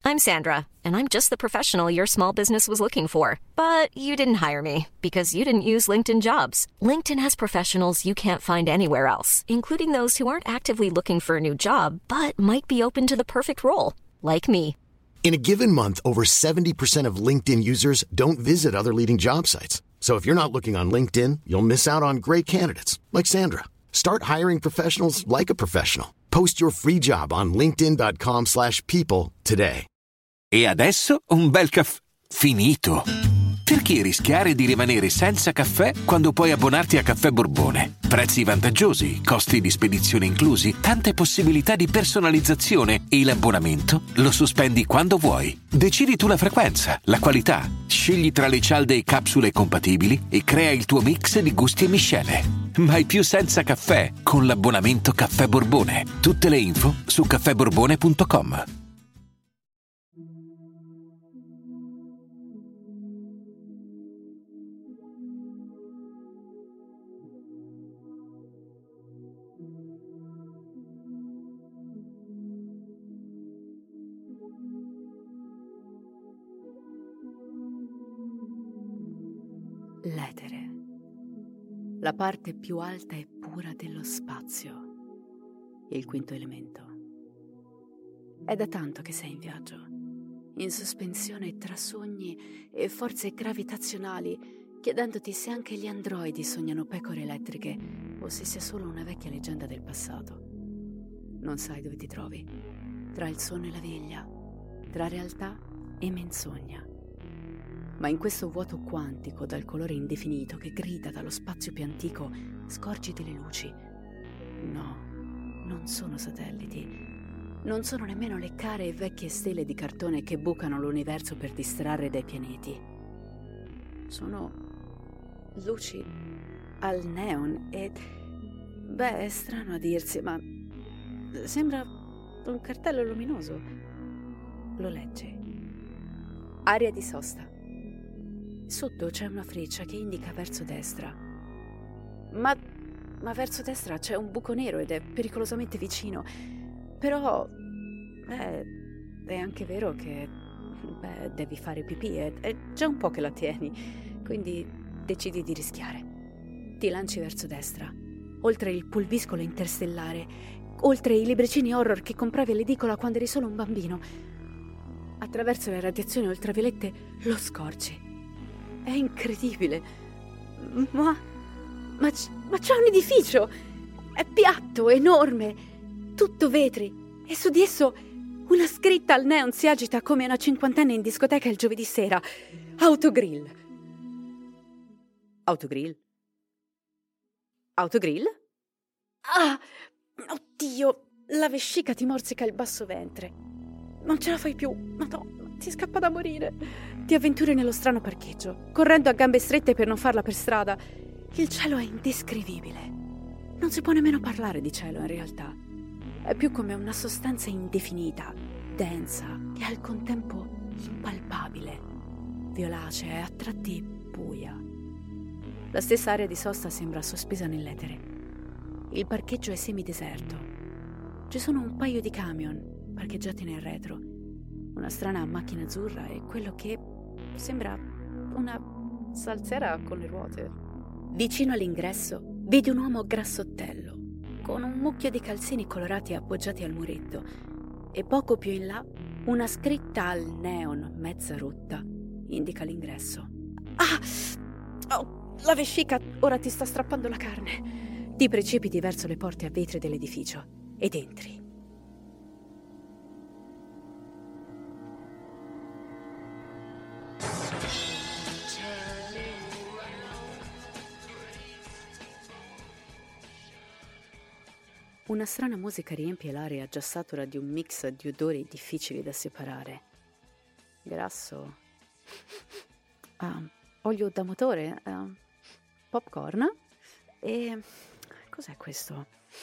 I'm Sandra, and I'm just the professional your small business was looking for. But you didn't hire me because you didn't use LinkedIn Jobs. LinkedIn has professionals you can't find anywhere else, including those who aren't actively looking for a new job, but might be open to the perfect role, like me. In a given month, over 70% of LinkedIn users don't visit other leading job sites. So if you're not looking on LinkedIn, you'll miss out on great candidates like Sandra. Start hiring professionals like a professional. Post your free job on linkedin.com/people today. E adesso un bel caffè finito. Perché rischiare di rimanere senza caffè quando puoi abbonarti a Caffè Borbone? Prezzi vantaggiosi, costi di spedizione inclusi, tante possibilità di personalizzazione e l'abbonamento lo sospendi quando vuoi. Decidi tu la frequenza, la qualità, scegli tra le cialde e capsule compatibili e crea il tuo mix di gusti e miscele. Mai più senza caffè con l'abbonamento Caffè Borbone. Tutte le info su caffèborbone.com. L'etere, la parte più alta e pura dello spazio, il quinto elemento. È da tanto che sei in viaggio, in sospensione tra sogni e forze gravitazionali, chiedendoti se anche gli androidi sognano pecore elettriche o se sia solo una vecchia leggenda del passato. Non sai dove ti trovi, tra il sonno e la veglia, tra realtà e menzogna. Ma in questo vuoto quantico dal colore indefinito che grida dallo spazio più antico, scorgi delle luci. No, non sono satelliti. Non sono nemmeno le care e vecchie stelle di cartone che bucano l'universo per distrarre dai pianeti. Sono luci al neon e... beh, è strano a dirsi, ma sembra un cartello luminoso. Lo leggi. Area di sosta. Sotto c'è una freccia che indica verso destra. Ma verso destra c'è un buco nero ed è pericolosamente vicino. Però, è anche vero che, devi fare pipì. È già un po' che la tieni, quindi decidi di rischiare. Ti lanci verso destra, oltre il pulviscolo interstellare, oltre i libricini horror che compravi all'edicola quando eri solo un bambino. Attraverso le radiazioni ultraviolette lo scorgi. È incredibile. Ma c'è un edificio! È piatto, enorme, tutto vetri, e su di esso una scritta al neon si agita come una cinquantenne in discoteca il giovedì sera. Autogrill. Autogrill? Autogrill? Ah! Oddio! La vescica ti morsica il basso ventre. Non ce la fai più. Madonna, ti scappa da morire. Ti avventuri nello strano parcheggio, correndo a gambe strette per non farla per strada. Il cielo è indescrivibile. Non si può nemmeno parlare di cielo in realtà. È più come una sostanza indefinita, densa e al contempo impalpabile, violacea e a tratti buia. La stessa area di sosta sembra sospesa nell'etere. Il parcheggio è semideserto. Ci sono un paio di camion parcheggiati nel retro, una strana macchina azzurra e quello che sembra una salsiera con le ruote. Vicino all'ingresso vedi un uomo grassottello, con un mucchio di calzini colorati appoggiati al muretto, e poco più in là una scritta al neon mezza rotta indica l'ingresso. Ah! Oh, la vescica ora ti sta strappando la carne. Ti precipiti verso le porte a vetri dell'edificio ed entri. Una strana musica riempie l'aria già satura di un mix di odori difficili da separare. Grasso, olio da motore, popcorn e... cos'è questo?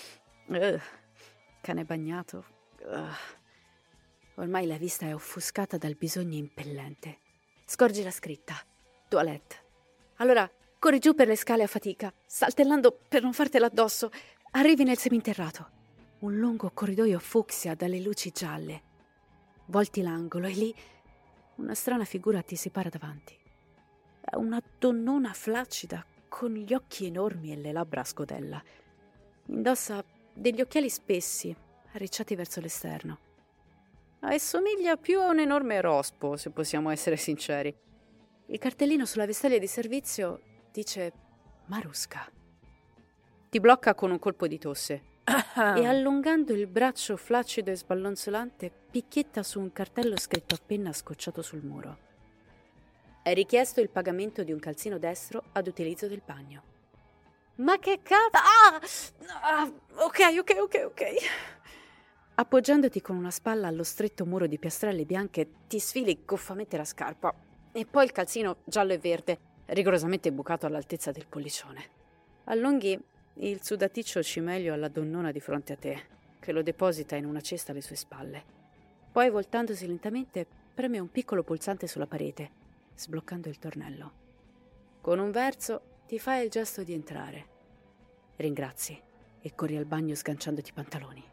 Cane bagnato. Ormai la vista è offuscata dal bisogno impellente. Scorgi la scritta. Toilette. Allora, corri giù per le scale a fatica, saltellando per non fartela addosso. Arrivi nel seminterrato. Un lungo corridoio fucsia dalle luci gialle. volti l'angolo e lì una strana figura ti si para davanti. È una donnona flaccida con gli occhi enormi e le labbra a scodella. Indossa degli occhiali spessi, arricciati verso l'esterno. E somiglia più a un enorme rospo, se possiamo essere sinceri. Il cartellino sulla vestaglia di servizio dice Maruska. Ti blocca con un colpo di tosse e allungando il braccio flaccido e sballonzolante picchietta su un cartello scritto a penna scocciato sul muro. È richiesto il pagamento di un calzino destro ad utilizzo del bagno. Ma che cazzo? Ok. Appoggiandoti con una spalla allo stretto muro di piastrelle bianche, ti sfili goffamente la scarpa e poi il calzino giallo e verde, rigorosamente bucato all'altezza del pollicione. Allunghi il sudaticcio cimelio alla donnona di fronte a te, che lo deposita in una cesta alle sue spalle. Poi, voltandosi lentamente, preme un piccolo pulsante sulla parete, sbloccando il tornello. Con un verso ti fai il gesto di entrare. Ringrazi e corri al bagno sganciandoti i pantaloni.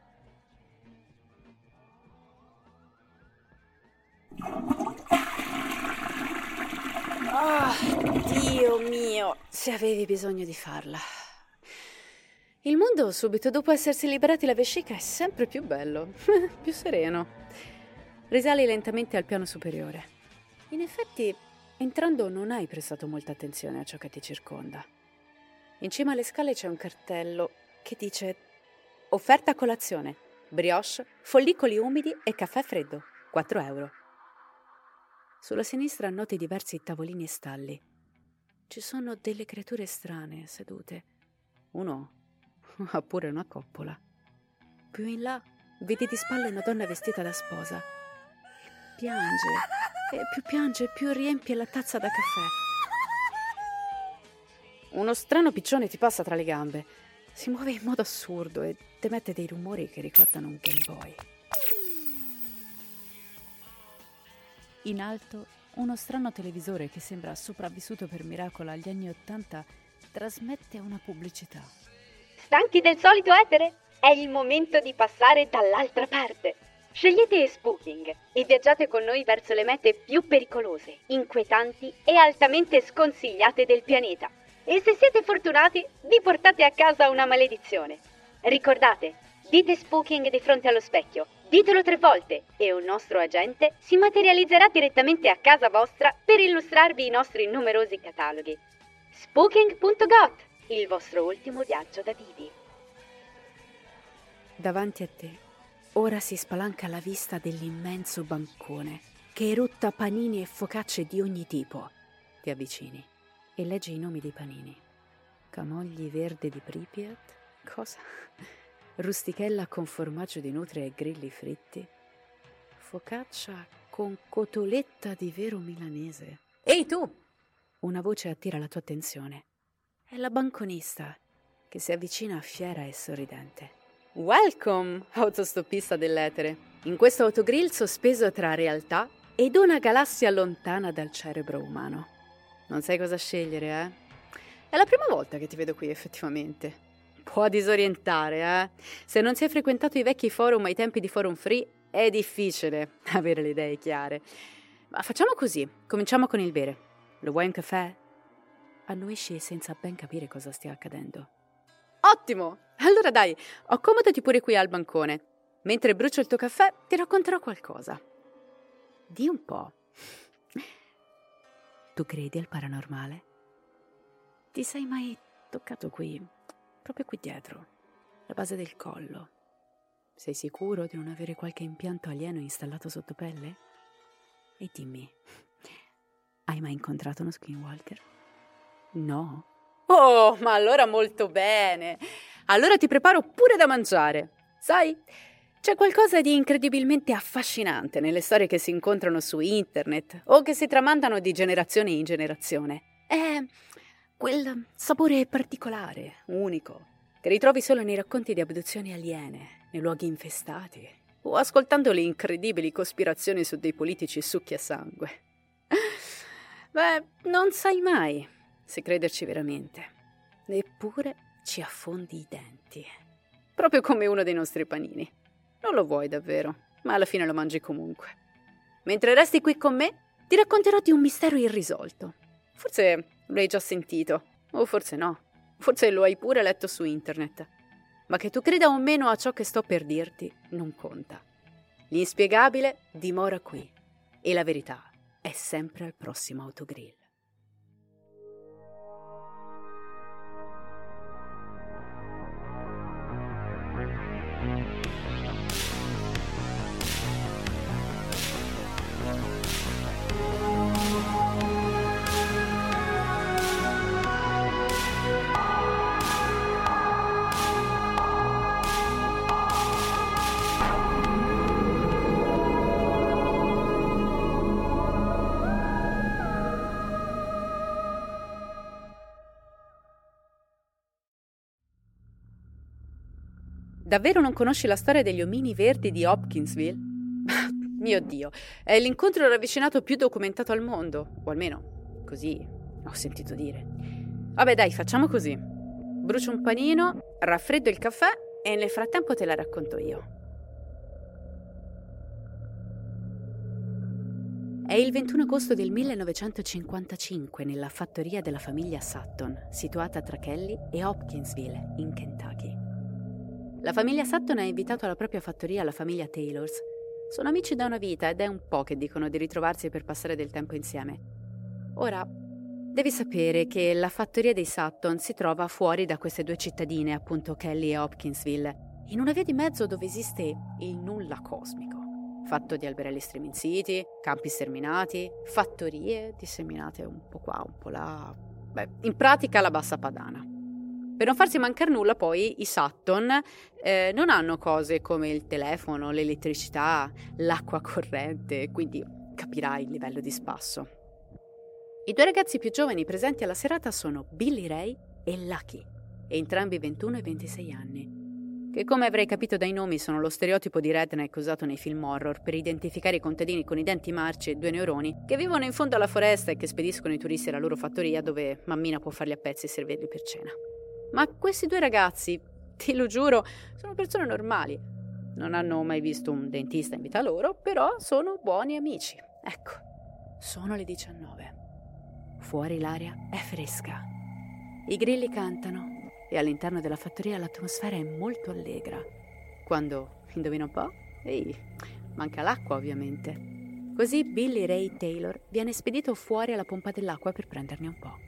Dio mio, se avevi bisogno di farla. Il mondo, subito dopo essersi liberati la vescica, è sempre più bello, più sereno. Risali lentamente al piano superiore. In effetti, entrando non hai prestato molta attenzione a ciò che ti circonda. In cima alle scale c'è un cartello che dice offerta a colazione, brioche, follicoli umidi e caffè freddo, 4 euro. Sulla sinistra noti diversi tavolini e stalli. Ci sono delle creature strane sedute. Uno ha pure una coppola. Più in là vedi di spalle una donna vestita da sposa. E piange. E più piange, più riempie la tazza da caffè. Uno strano piccione ti passa tra le gambe. Si muove in modo assurdo ed emette dei rumori che ricordano un Game Boy. In alto, uno strano televisore che sembra sopravvissuto per miracolo agli anni '80 trasmette una pubblicità. Stanchi del solito etere? È il momento di passare dall'altra parte. Scegliete Spooking e viaggiate con noi verso le mete più pericolose, inquietanti e altamente sconsigliate del pianeta. E se siete fortunati, vi portate a casa una maledizione. Ricordate, dite Spooking di fronte allo specchio, ditelo 3 volte e un nostro agente si materializzerà direttamente a casa vostra per illustrarvi i nostri numerosi cataloghi. Spooking.got, il vostro ultimo viaggio da vivi. Davanti a te, ora si spalanca la vista dell'immenso bancone che erutta panini e focacce di ogni tipo. Ti avvicini e leggi i nomi dei panini. Camogli verde di Pripyat? Cosa? Rustichella con formaggio di nutria e grilli fritti. Focaccia con cotoletta di vero milanese. Ehi tu! Una voce attira la tua attenzione. È la banconista che si avvicina fiera e sorridente. Welcome, autostoppista dell'etere, in questo autogrill sospeso tra realtà ed una galassia lontana dal cerebro umano. Non sai cosa scegliere, eh? È la prima volta che ti vedo qui, effettivamente. Può disorientare, eh? Se non si è frequentato i vecchi forum ai tempi di Forum Free, è difficile avere le idee chiare. Ma facciamo così, cominciamo con il bere. Lo vuoi un caffè? Annuisci senza ben capire cosa stia accadendo. Ottimo! Allora dai, accomodati pure qui al bancone. Mentre brucio il tuo caffè, ti racconterò qualcosa. Di un po'. Tu credi al paranormale? Ti sei mai toccato qui, proprio qui dietro, la base del collo? Sei sicuro di non avere qualche impianto alieno installato sotto pelle? E dimmi, hai mai incontrato uno skinwalker? No? Oh, ma allora molto bene! Allora ti preparo pure da mangiare. Sai, c'è qualcosa di incredibilmente affascinante nelle storie che si incontrano su internet o che si tramandano di generazione in generazione. È quel sapore particolare, unico, che ritrovi solo nei racconti di abduzioni aliene, nei luoghi infestati o ascoltando le incredibili cospirazioni su dei politici succhi a sangue. Beh, non sai mai se crederci veramente. Eppure ci affondi i denti. Proprio come uno dei nostri panini. Non lo vuoi davvero, ma alla fine lo mangi comunque. Mentre resti qui con me, ti racconterò di un mistero irrisolto. Forse lo hai già sentito, o forse no. Forse lo hai pure letto su internet. Ma che tu creda o meno a ciò che sto per dirti, non conta. L'inspiegabile dimora qui. E la verità è sempre al prossimo Autogrill. Davvero non conosci la storia degli omini verdi di Hopkinsville? Mio Dio, è l'incontro ravvicinato più documentato al mondo, o almeno così ho sentito dire. Vabbè dai, facciamo così. Brucio un panino, raffreddo il caffè e nel frattempo te la racconto io. È il 21 agosto del 1955 nella fattoria della famiglia Sutton, situata tra Kelly e Hopkinsville, in Kentucky. La famiglia Sutton ha invitato alla propria fattoria la famiglia Taylors. Sono amici da una vita ed è un po' che dicono di ritrovarsi per passare del tempo insieme. Ora, devi sapere che la fattoria dei Sutton si trova fuori da queste due cittadine, appunto Kelly e Hopkinsville, in una via di mezzo dove esiste il nulla cosmico, fatto di alberelli striminziti, campi sterminati, fattorie disseminate un po' qua, un po' là. Beh, in pratica la bassa padana. Per non farsi mancare nulla, poi, i Sutton non hanno cose come il telefono, l'elettricità, l'acqua corrente, quindi capirai il livello di spasso. I due ragazzi più giovani presenti alla serata sono Billy Ray e Lucky, entrambi 21 e 26 anni, che come avrei capito dai nomi sono lo stereotipo di redneck usato nei film horror per identificare i contadini con i denti marci e due neuroni che vivono in fondo alla foresta e che spediscono i turisti alla loro fattoria dove mammina può farli a pezzi e servirli per cena. Ma questi due ragazzi, te lo giuro, sono persone normali. Non hanno mai visto un dentista in vita loro, però sono buoni amici. Ecco, sono le 19. Fuori l'aria è fresca. I grilli cantano e all'interno della fattoria l'atmosfera è molto allegra. Quando, indovina un po'? Ehi, manca l'acqua ovviamente. Così Billy Ray Taylor viene spedito fuori alla pompa dell'acqua per prenderne un po'.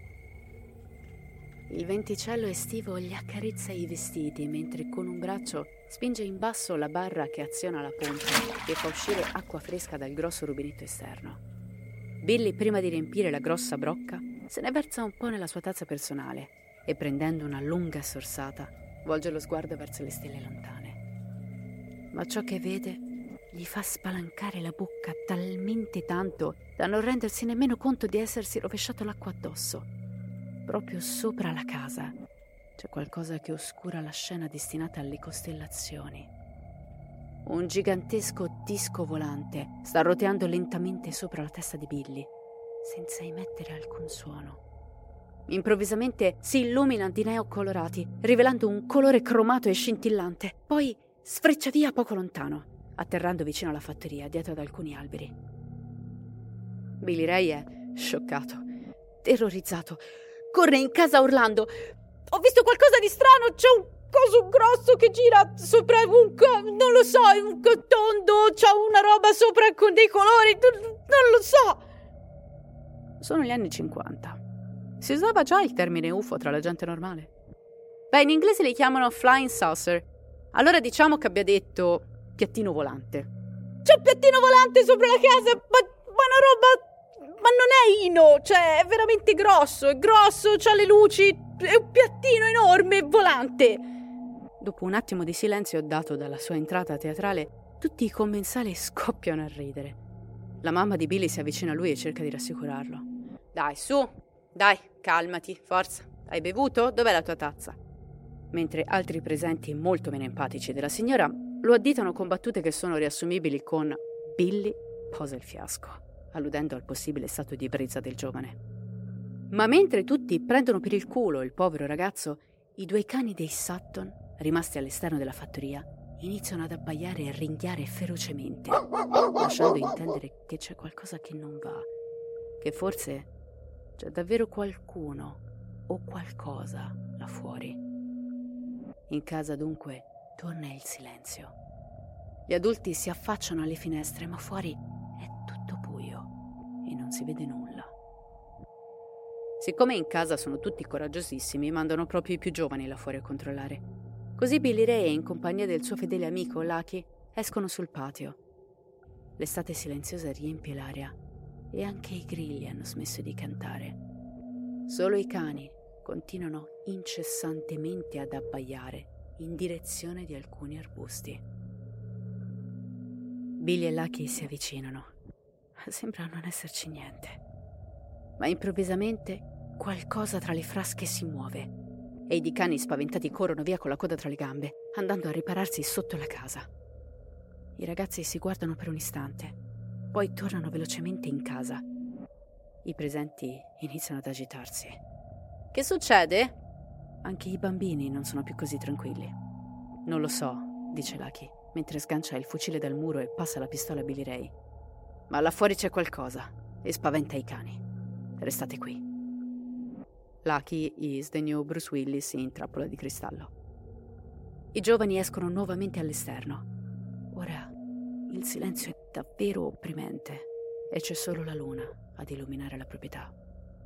Il venticello estivo gli accarezza i vestiti mentre con un braccio spinge in basso la barra che aziona la pompa e fa uscire acqua fresca dal grosso rubinetto esterno. Billy, prima di riempire la grossa brocca, se ne versa un po' nella sua tazza personale e prendendo una lunga sorsata volge lo sguardo verso le stelle lontane. Ma ciò che vede gli fa spalancare la bocca talmente tanto da non rendersi nemmeno conto di essersi rovesciato l'acqua addosso. Proprio sopra la casa c'è qualcosa che oscura la scena destinata alle costellazioni. Un gigantesco disco volante sta roteando lentamente sopra la testa di Billy, senza emettere alcun suono. Improvvisamente si illumina di neocolorati, rivelando un colore cromato e scintillante. Poi sfreccia via poco lontano, atterrando vicino alla fattoria, dietro ad alcuni alberi. Billy Ray è scioccato, terrorizzato. Corre in casa urlando: ho visto qualcosa di strano, c'è un coso grosso che gira sopra non lo so, un tondo, c'ha una roba sopra con dei colori, non lo so. Sono gli anni 50. Si usava già il termine UFO tra la gente normale? Beh, in inglese li chiamano flying saucer. Allora diciamo che abbia detto piattino volante. C'è un piattino volante sopra la casa, ma una roba... Ma non è Ino, cioè è veramente grosso, c'ha le luci, è un piattino enorme volante. Dopo un attimo di silenzio dato dalla sua entrata teatrale, tutti i commensali scoppiano a ridere. La mamma di Billy si avvicina a lui e cerca di rassicurarlo. Dai, su, dai, calmati, forza. Hai bevuto? Dov'è la tua tazza? Mentre altri presenti, molto meno empatici della signora, lo additano con battute che sono riassumibili con Billy posa il fiasco, alludendo al possibile stato di ebbrezza del giovane. Ma mentre tutti prendono per il culo il povero ragazzo, i due cani dei Sutton, rimasti all'esterno della fattoria, iniziano ad abbaiare e ringhiare ferocemente, lasciando intendere che c'è qualcosa che non va, che forse c'è davvero qualcuno o qualcosa là fuori. In casa dunque torna il silenzio. Gli adulti si affacciano alle finestre, ma fuori è tutto buio e non si vede nulla. Siccome in casa sono tutti coraggiosissimi, mandano proprio i più giovani là fuori a controllare. Così Billy Ray, in compagnia del suo fedele amico Lucky, escono sul patio. L'estate silenziosa riempie l'aria e anche i grilli hanno smesso di cantare. Solo i cani continuano incessantemente ad abbaiare in direzione di alcuni arbusti. Billy e Lucky si avvicinano. Sembra non esserci niente. Ma improvvisamente qualcosa tra le frasche si muove e i due cani spaventati corrono via con la coda tra le gambe, andando a ripararsi sotto la casa. I ragazzi si guardano per un istante, poi tornano velocemente in casa. I presenti iniziano ad agitarsi. Che succede? Anche i bambini non sono più così tranquilli. Non lo so, dice Lucky, mentre sgancia il fucile dal muro e passa la pistola a Billy Ray. Ma là fuori c'è qualcosa e spaventa i cani. Restate qui. Lucky, is the new Bruce Willis in Trappola di cristallo. I giovani escono nuovamente all'esterno. Ora il silenzio è davvero opprimente e c'è solo la luna ad illuminare la proprietà.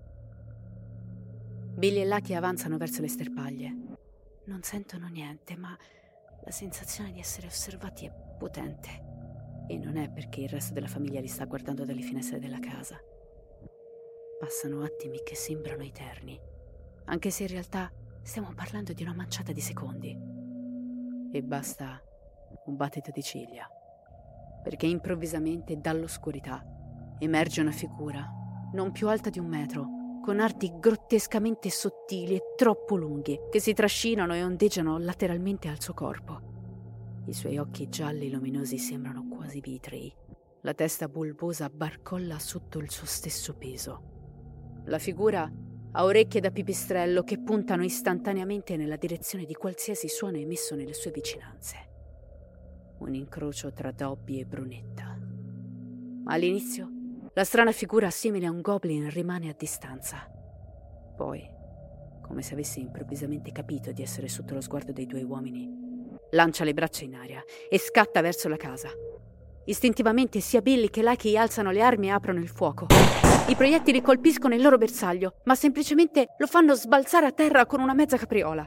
Billy e Lucky avanzano verso le sterpaglie. Non sentono niente, ma la sensazione di essere osservati è potente. E non è perché il resto della famiglia li sta guardando dalle finestre della casa. Passano attimi che sembrano eterni, anche se in realtà stiamo parlando di una manciata di secondi. E basta un battito di ciglia, perché improvvisamente dall'oscurità emerge una figura non più alta di 1 metro, con arti grottescamente sottili e troppo lunghi, che si trascinano e ondeggiano lateralmente al suo corpo. I suoi occhi gialli luminosi sembrano quasi vitrei. La testa bulbosa barcolla sotto il suo stesso peso. La figura ha orecchie da pipistrello che puntano istantaneamente nella direzione di qualsiasi suono emesso nelle sue vicinanze. Un incrocio tra Dobby e Brunetta. Ma all'inizio la strana figura simile a un goblin rimane a distanza. Poi, come se avesse improvvisamente capito di essere sotto lo sguardo dei 2 uomini, lancia le braccia in aria e scatta verso la casa. Istintivamente sia Billy che Lucky alzano le armi e aprono il fuoco. I proiettili colpiscono il loro bersaglio, ma semplicemente lo fanno sbalzare a terra con una mezza capriola.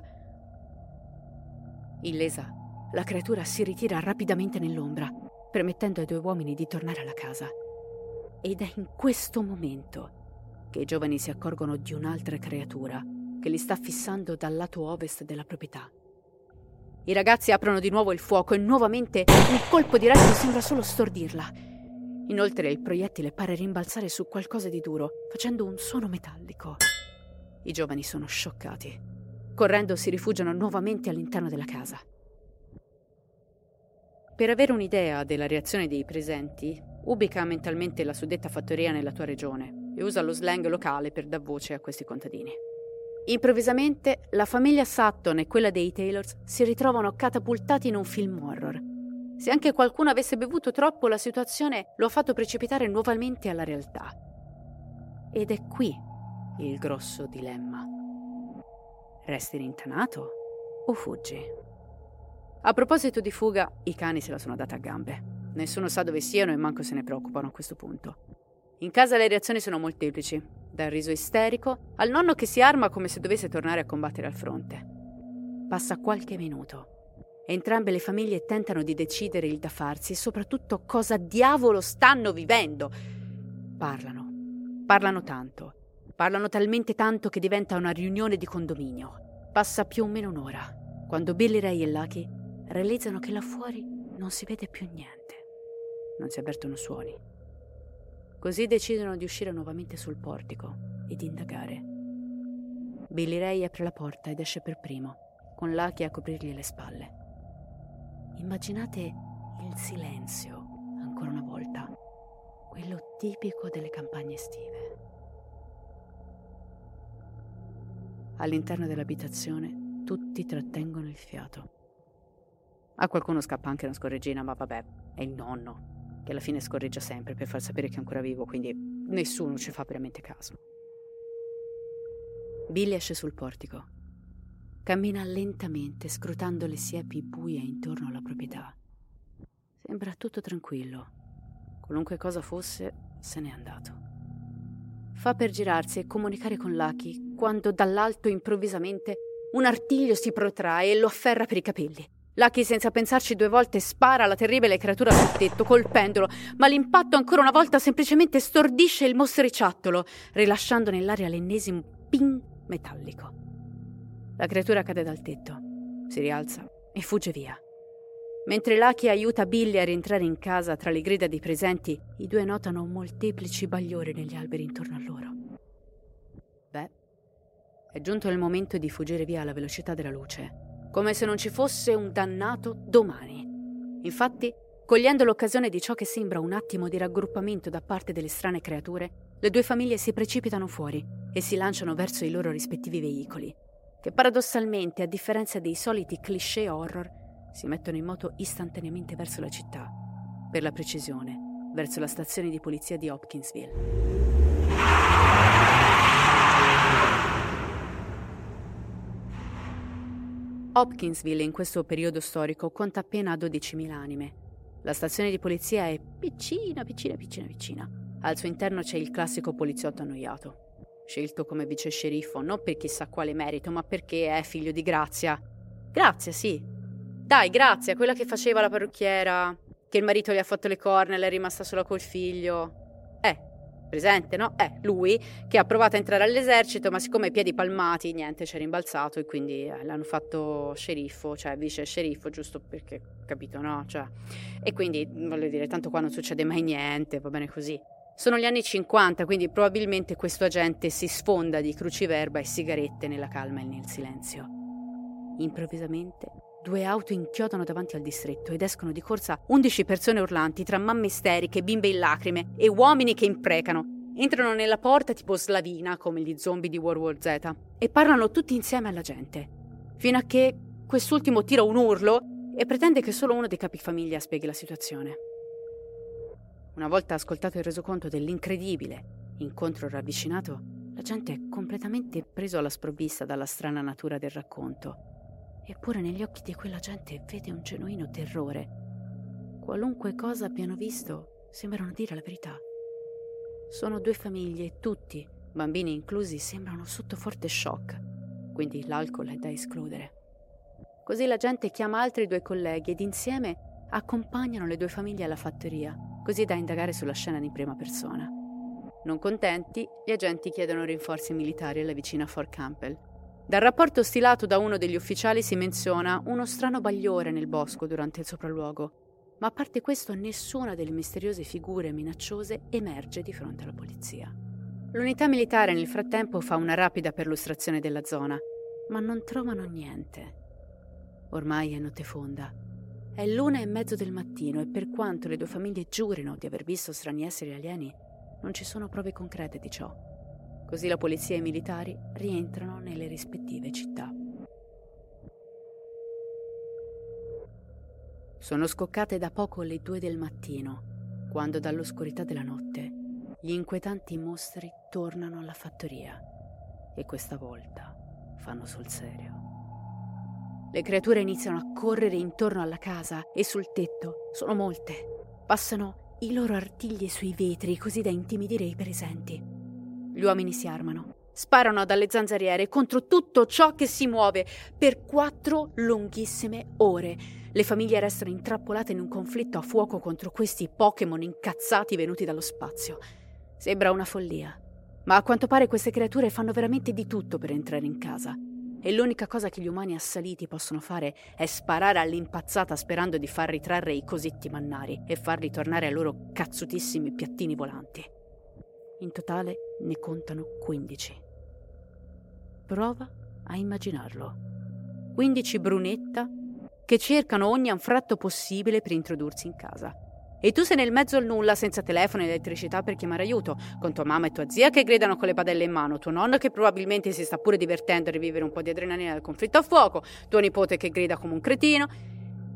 Illesa, la creatura si ritira rapidamente nell'ombra, permettendo ai 2 uomini di tornare alla casa. Ed è in questo momento che i giovani si accorgono di un'altra creatura che li sta fissando dal lato ovest della proprietà. I ragazzi aprono di nuovo il fuoco e nuovamente un colpo diretto sembra solo stordirla. Inoltre il proiettile pare rimbalzare su qualcosa di duro, facendo un suono metallico. I giovani sono scioccati. Correndo si rifugiano nuovamente all'interno della casa. Per avere un'idea della reazione dei presenti, ubica mentalmente la suddetta fattoria nella tua regione e usa lo slang locale per dar voce a questi contadini. Improvvisamente la famiglia Sutton e quella dei Taylors si ritrovano catapultati in un film horror. Se anche qualcuno avesse bevuto troppo, la situazione lo ha fatto precipitare nuovamente alla realtà. Ed è qui il grosso dilemma. Resti rintanato o fuggi? A proposito di fuga, i cani se la sono data a gambe. Nessuno sa dove siano e manco se ne preoccupano a questo punto. In casa le reazioni sono molteplici, dal riso isterico al nonno che si arma come se dovesse tornare a combattere al fronte. Passa qualche minuto. Entrambe le famiglie tentano di decidere il da farsi e soprattutto cosa diavolo stanno vivendo. Parlano tanto. Parlano talmente tanto che diventa una riunione di condominio. Passa più o meno un'ora, quando Billy Ray e Lucky realizzano che là fuori non si vede più niente. Non si avvertono suoni. Così decidono di uscire nuovamente sul portico e di indagare. Billy Ray apre la porta ed esce per primo, con Lucky a coprirgli le spalle. Immaginate il silenzio, ancora una volta, quello tipico delle campagne estive. All'interno dell'abitazione tutti trattengono il fiato. A qualcuno scappa anche una scorreggina, ma vabbè, è il nonno, che alla fine scorreggia sempre per far sapere che è ancora vivo, quindi nessuno ci fa veramente caso. Billy esce sul portico. Cammina lentamente, scrutando le siepi buie intorno alla proprietà. Sembra tutto tranquillo. Qualunque cosa fosse, se n'è andato. Fa per girarsi e comunicare con Lucky quando dall'alto improvvisamente un artiglio si protrae e lo afferra per i capelli. Lucky, senza pensarci due volte, spara alla terribile creatura sul tetto, colpendolo, ma l'impatto ancora una volta semplicemente stordisce il mostriciattolo, rilasciando nell'aria l'ennesimo ping metallico. La creatura cade dal tetto, si rialza e fugge via. Mentre Lucky aiuta Billy a rientrare in casa tra le grida dei presenti, i due notano molteplici bagliori negli alberi intorno a loro. Beh, è giunto il momento di fuggire via alla velocità della luce, come se non ci fosse un dannato domani. Infatti, cogliendo l'occasione di ciò che sembra un attimo di raggruppamento da parte delle strane creature, le due famiglie si precipitano fuori e si lanciano verso i loro rispettivi veicoli, che paradossalmente, a differenza dei soliti cliché horror, si mettono in moto istantaneamente verso la città, per la precisione, verso la stazione di polizia di Hopkinsville. Hopkinsville in questo periodo storico conta appena 12.000 anime. La stazione di polizia è piccina. Al suo interno c'è il classico poliziotto annoiato, scelto come vice sceriffo non per chissà quale merito, ma perché è figlio di Grazia. Grazia, sì. Dai, Grazia, quella che faceva la parrucchiera, che il marito le ha fatto le corna e l'è rimasta sola col figlio. Presente, no? Lui, che ha provato a entrare all'esercito, ma siccome i piedi palmati, niente, c'è rimbalzato e quindi l'hanno fatto sceriffo, cioè vice sceriffo, giusto perché, capito, no? Cioè, e quindi, voglio dire, tanto qua non succede mai niente, va bene così. Sono gli anni 50, quindi probabilmente questo agente si sfonda di cruciverba e sigarette nella calma e nel silenzio. Improvvisamente 2 auto inchiodano davanti al distretto ed escono di corsa 11 persone urlanti tra mamme isteriche, bimbe in lacrime e uomini che imprecano. Entrano nella porta tipo slavina, come gli zombie di World War Z, e parlano tutti insieme alla gente, fino a che quest'ultimo tira un urlo e pretende che solo uno dei capifamiglia spieghi la situazione. Una volta ascoltato il resoconto dell'incredibile incontro ravvicinato, la gente è completamente preso alla sprovvista dalla strana natura del racconto. Eppure negli occhi di quella gente vede un genuino terrore. Qualunque cosa abbiano visto, sembrano dire la verità. Sono 2 famiglie e tutti, bambini inclusi, sembrano sotto forte shock, quindi l'alcol è da escludere. Così la gente chiama altri 2 colleghi ed insieme accompagnano le 2 famiglie alla fattoria, così da indagare sulla scena in prima persona. Non contenti, gli agenti chiedono rinforzi militari alla vicina Fort Campbell. Dal rapporto stilato da uno degli ufficiali si menziona uno strano bagliore nel bosco durante il sopralluogo, ma a parte questo nessuna delle misteriose figure minacciose emerge di fronte alla polizia. L'unità militare nel frattempo fa una rapida perlustrazione della zona, ma non trovano niente. Ormai è notte fonda. È l'1:30 del mattino e per quanto le 2 famiglie giurino di aver visto strani esseri alieni, non ci sono prove concrete di ciò. Così la polizia e i militari rientrano nelle rispettive città. Sono scoccate da poco le 2 del mattino, quando dall'oscurità della notte gli inquietanti mostri tornano alla fattoria e questa volta fanno sul serio. Le creature iniziano a correre intorno alla casa e sul tetto, sono molte. Passano i loro artigli sui vetri così da intimidire i presenti. Gli uomini si armano, sparano dalle zanzariere contro tutto ciò che si muove per 4 lunghissime ore. Le famiglie restano intrappolate in un conflitto a fuoco contro questi Pokémon incazzati venuti dallo spazio. Sembra una follia, ma a quanto pare queste creature fanno veramente di tutto per entrare in casa. E l'unica cosa che gli umani assaliti possono fare è sparare all'impazzata sperando di far ritrarre i cosiddetti mannari e farli tornare ai loro cazzutissimi piattini volanti. In totale ne contano 15. Prova a immaginarlo. 15 brunetta che cercano ogni anfratto possibile per introdursi in casa. E tu sei nel mezzo al nulla, senza telefono e elettricità per chiamare aiuto, con tua mamma e tua zia che gridano con le padelle in mano, tuo nonno che probabilmente si sta pure divertendo a rivivere un po' di adrenalina del conflitto a fuoco, tuo nipote che grida come un cretino.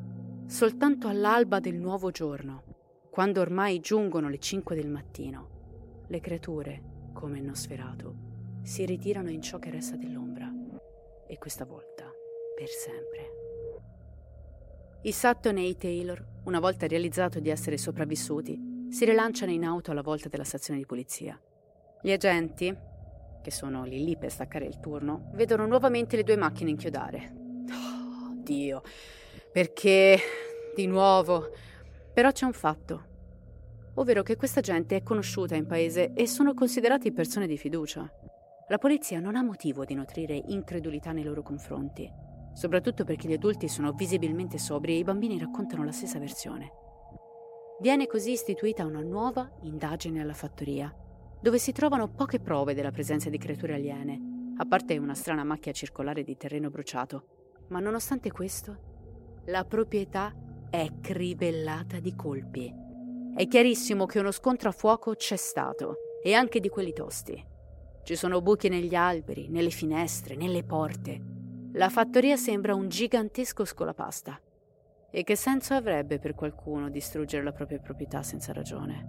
Soltanto all'alba del nuovo giorno, quando ormai giungono le 5 del mattino, le creature, come il Nosferatu, si ritirano in ciò che resta dell'ombra, e questa volta per sempre. I Sutton e i Taylor, una volta realizzato di essere sopravvissuti, si rilanciano in auto alla volta della stazione di polizia. Gli agenti, che sono lì per staccare il turno, vedono nuovamente le 2 macchine inchiodare. Oh, Dio, perché di nuovo? Però c'è un fatto, ovvero che questa gente è conosciuta in paese e sono considerati persone di fiducia. La polizia non ha motivo di nutrire incredulità nei loro confronti, soprattutto perché gli adulti sono visibilmente sobri e i bambini raccontano la stessa versione. Viene così istituita una nuova indagine alla fattoria, dove si trovano poche prove della presenza di creature aliene, a parte una strana macchia circolare di terreno bruciato. Ma nonostante questo, la proprietà è cribellata di colpi. È chiarissimo che uno scontro a fuoco c'è stato, e anche di quelli tosti. Ci sono buchi negli alberi, nelle finestre, nelle porte. La fattoria sembra un gigantesco scolapasta. E che senso avrebbe per qualcuno distruggere la propria proprietà senza ragione?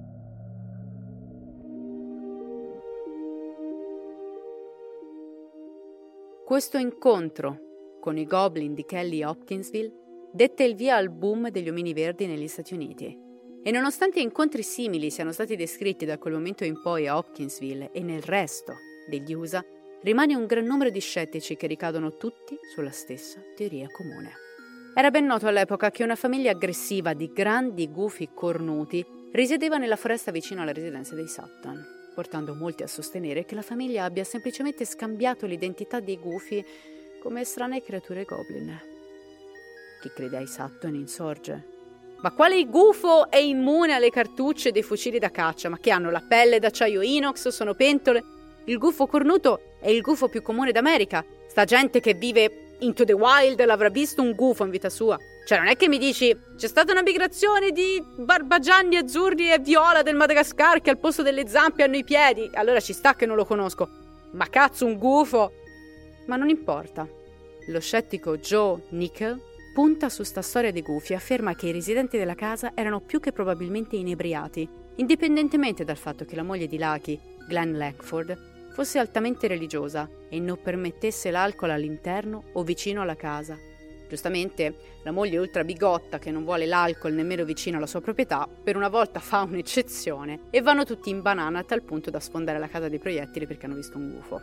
Questo incontro con i Goblin di Kelly Hopkinsville dette il via al boom degli omini verdi negli Stati Uniti. E nonostante incontri simili siano stati descritti da quel momento in poi a Hopkinsville e nel resto degli USA, rimane un gran numero di scettici che ricadono tutti sulla stessa teoria comune. Era ben noto all'epoca che una famiglia aggressiva di grandi gufi cornuti risiedeva nella foresta vicino alla residenza dei Sutton, portando molti a sostenere che la famiglia abbia semplicemente scambiato l'identità dei gufi come strane creature goblin. Chi crede ai Sutton insorge. Ma quale gufo è immune alle cartucce dei fucili da caccia? Ma che hanno la pelle d'acciaio inox? Sono pentole? Il gufo cornuto è il gufo più comune d'America. Sta gente che vive into the wild l'avrà visto un gufo in vita sua. Cioè non è che mi dici c'è stata una migrazione di barbagianni azzurri e viola del Madagascar che al posto delle zampe hanno i piedi. Allora ci sta che non lo conosco. Ma cazzo, un gufo! Ma non importa. Lo scettico Joe Nickel punta su sta storia dei gufi e afferma che i residenti della casa erano più che probabilmente inebriati, indipendentemente dal fatto che la moglie di Lucky, Glenn Lackford, fosse altamente religiosa e non permettesse l'alcol all'interno o vicino alla casa. Giustamente, la moglie ultra bigotta che non vuole l'alcol nemmeno vicino alla sua proprietà, per una volta fa un'eccezione e vanno tutti in banana a tal punto da sfondare la casa dei proiettili perché hanno visto un gufo.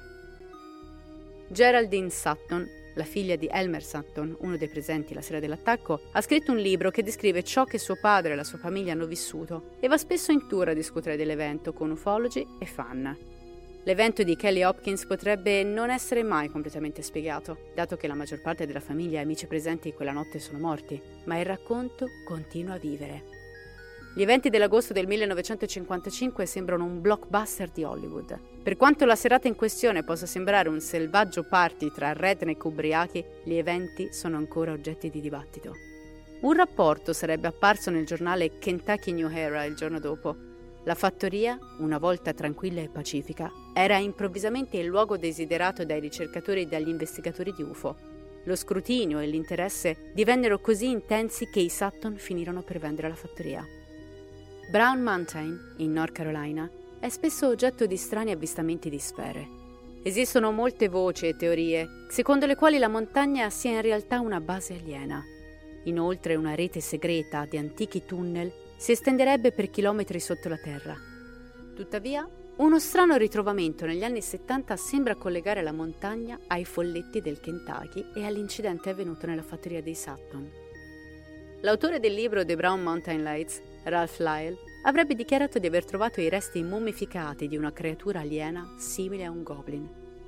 Geraldine Sutton, la figlia di Elmer Sutton, uno dei presenti la sera dell'attacco, ha scritto un libro che descrive ciò che suo padre e la sua famiglia hanno vissuto e va spesso in tour a discutere dell'evento con ufologi e fan. L'evento di Kelly Hopkins potrebbe non essere mai completamente spiegato, dato che la maggior parte della famiglia e amici presenti quella notte sono morti, ma il racconto continua a vivere. Gli eventi dell'agosto del 1955 sembrano un blockbuster di Hollywood. Per quanto la serata in questione possa sembrare un selvaggio party tra redneck ubriachi, gli eventi sono ancora oggetti di dibattito. Un rapporto sarebbe apparso nel giornale Kentucky New Era il giorno dopo. La fattoria, una volta tranquilla e pacifica, era improvvisamente il luogo desiderato dai ricercatori e dagli investigatori di UFO. Lo scrutinio e l'interesse divennero così intensi che i Sutton finirono per vendere la fattoria. Brown Mountain, in North Carolina, è spesso oggetto di strani avvistamenti di sfere. Esistono molte voci e teorie, secondo le quali la montagna sia in realtà una base aliena. Inoltre una rete segreta di antichi tunnel si estenderebbe per chilometri sotto la terra. Tuttavia, uno strano ritrovamento negli anni 70 sembra collegare la montagna ai folletti del Kentucky e all'incidente avvenuto nella fattoria dei Sutton. L'autore del libro The Brown Mountain Lights, Ralph Lyle, avrebbe dichiarato di aver trovato i resti mummificati di una creatura aliena simile a un goblin.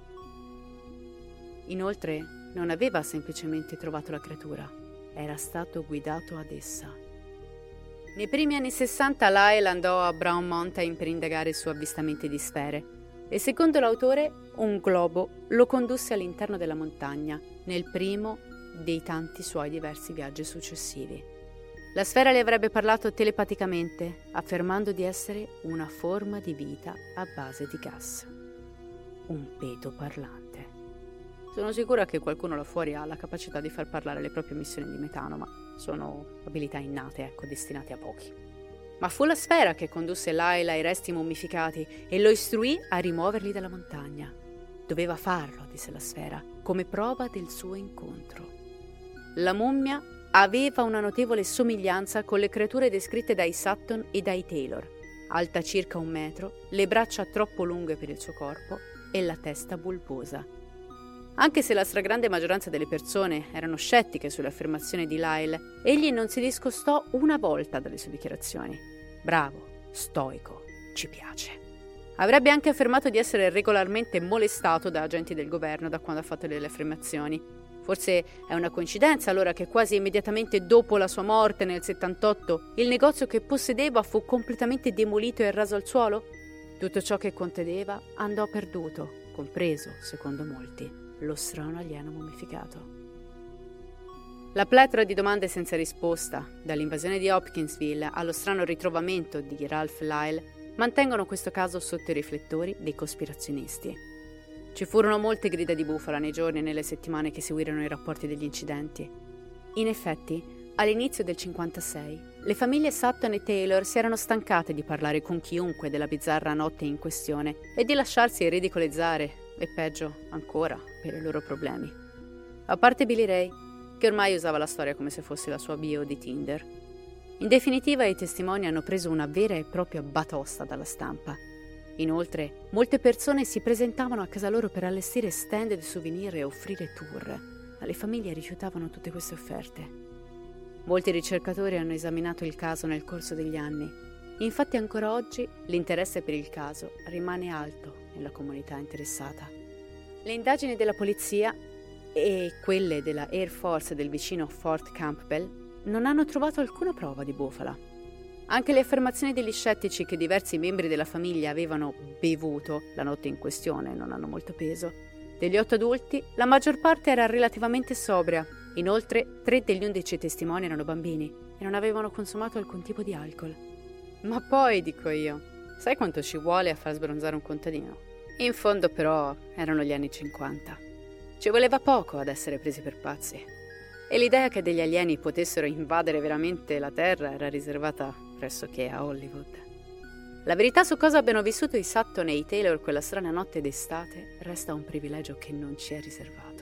Inoltre, non aveva semplicemente trovato la creatura, era stato guidato ad essa. Nei primi anni 60 Lyle andò a Brown Mountain per indagare su avvistamenti di sfere e secondo l'autore un globo lo condusse all'interno della montagna nel primo dei tanti suoi diversi viaggi successivi. La sfera le avrebbe parlato telepaticamente, affermando di essere una forma di vita a base di gas. Un peto parlante. Sono sicura che qualcuno là fuori ha la capacità di far parlare le proprie emissioni di metano, ma sono abilità innate, destinate a pochi. Ma fu la sfera che condusse Lyle ai resti mummificati e lo istruì a rimuoverli dalla montagna. Doveva farlo, disse la sfera, come prova del suo incontro. La mummia aveva una notevole somiglianza con le creature descritte dai Sutton e dai Taylor, alta circa 1 metro, le braccia troppo lunghe per il suo corpo e la testa bulbosa. Anche se la stragrande maggioranza delle persone erano scettiche sulle affermazioni di Lyle, egli non si discostò una volta dalle sue dichiarazioni. Bravo, stoico, ci piace. Avrebbe anche affermato di essere regolarmente molestato da agenti del governo da quando ha fatto delle affermazioni. Forse è una coincidenza allora che quasi immediatamente dopo la sua morte nel 78 il negozio che possedeva fu completamente demolito e raso al suolo? Tutto ciò che conteneva andò perduto, compreso, secondo molti, lo strano alieno mummificato. La pletora di domande senza risposta, dall'invasione di Hopkinsville allo strano ritrovamento di Ralph Lyle, mantengono questo caso sotto i riflettori dei cospirazionisti. Ci furono molte grida di bufala nei giorni e nelle settimane che seguirono i rapporti degli incidenti. In effetti, all'inizio del 56, le famiglie Sutton e Taylor si erano stancate di parlare con chiunque della bizzarra notte in questione e di lasciarsi ridicolizzare, e peggio ancora, per i loro problemi. A parte Billy Ray, che ormai usava la storia come se fosse la sua bio di Tinder. In definitiva, i testimoni hanno preso una vera e propria batosta dalla stampa. Inoltre, molte persone si presentavano a casa loro per allestire stand di souvenir e offrire tour. Ma le famiglie rifiutavano tutte queste offerte. Molti ricercatori hanno esaminato il caso nel corso degli anni. Infatti ancora oggi l'interesse per il caso rimane alto nella comunità interessata. Le indagini della polizia e quelle della Air Force del vicino Fort Campbell non hanno trovato alcuna prova di bufala. Anche le affermazioni degli scettici che diversi membri della famiglia avevano bevuto la notte in questione non hanno molto peso. Degli 8 adulti, la maggior parte era relativamente sobria. Inoltre, 3 degli 11 testimoni erano bambini e non avevano consumato alcun tipo di alcol. Ma poi, dico io, sai quanto ci vuole a far sbronzare un contadino? In fondo, però, erano gli anni 50. Ci voleva poco ad essere presi per pazzi. E l'idea che degli alieni potessero invadere veramente la Terra era riservata pressoché a Hollywood. La verità su cosa abbiano vissuto i Sutton e i Taylor quella strana notte d'estate resta un privilegio che non ci è riservato.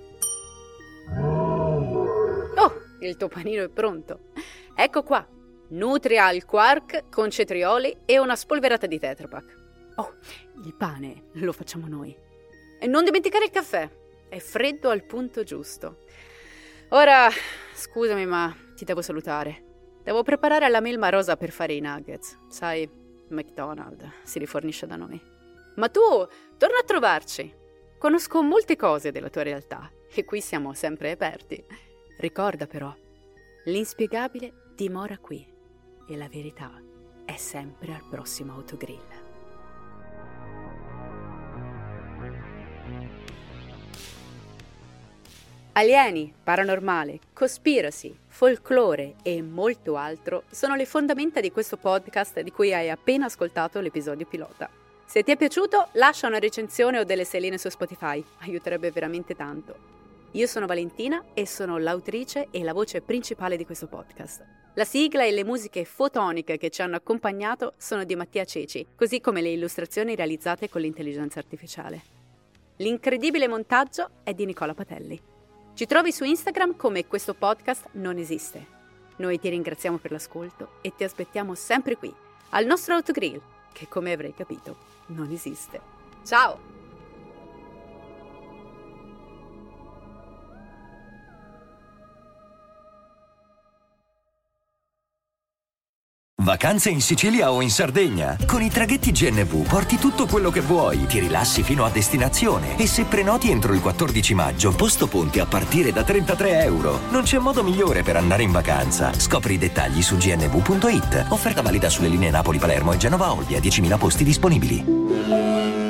Oh, il tuo panino è pronto. Ecco qua, nutria al quark con cetrioli e una spolverata di Tetra Pak. Oh, il pane lo facciamo noi. E non dimenticare il caffè, è freddo al punto giusto. Ora, scusami, ma ti devo salutare. Devo preparare la melma rosa per fare i nuggets. Sai, McDonald's si rifornisce da noi. Ma tu, torna a trovarci. Conosco molte cose della tua realtà e qui siamo sempre aperti. Ricorda però, l'inspiegabile dimora qui e la verità è sempre al prossimo autogrill. Alieni, paranormale, conspiracy, folklore e molto altro sono le fondamenta di questo podcast di cui hai appena ascoltato l'episodio pilota. Se ti è piaciuto, lascia una recensione o delle stelline su Spotify, aiuterebbe veramente tanto. Io sono Valentina e sono l'autrice e la voce principale di questo podcast. La sigla e le musiche fotoniche che ci hanno accompagnato sono di Mattia Ceci, così come le illustrazioni realizzate con l'intelligenza artificiale. L'incredibile montaggio è di Nicola Patelli. Ci trovi su Instagram come Questo Podcast Non Esiste. Noi ti ringraziamo per l'ascolto e ti aspettiamo sempre qui, al nostro autogrill, che come avrai capito, non esiste. Ciao! Vacanze in Sicilia o in Sardegna? Con i traghetti GNV porti tutto quello che vuoi, ti rilassi fino a destinazione e se prenoti entro il 14 maggio, posto ponti a partire da €33. Non c'è modo migliore per andare in vacanza. Scopri i dettagli su gnv.it. Offerta valida sulle linee Napoli-Palermo e Genova-Olbia, 10.000 posti disponibili.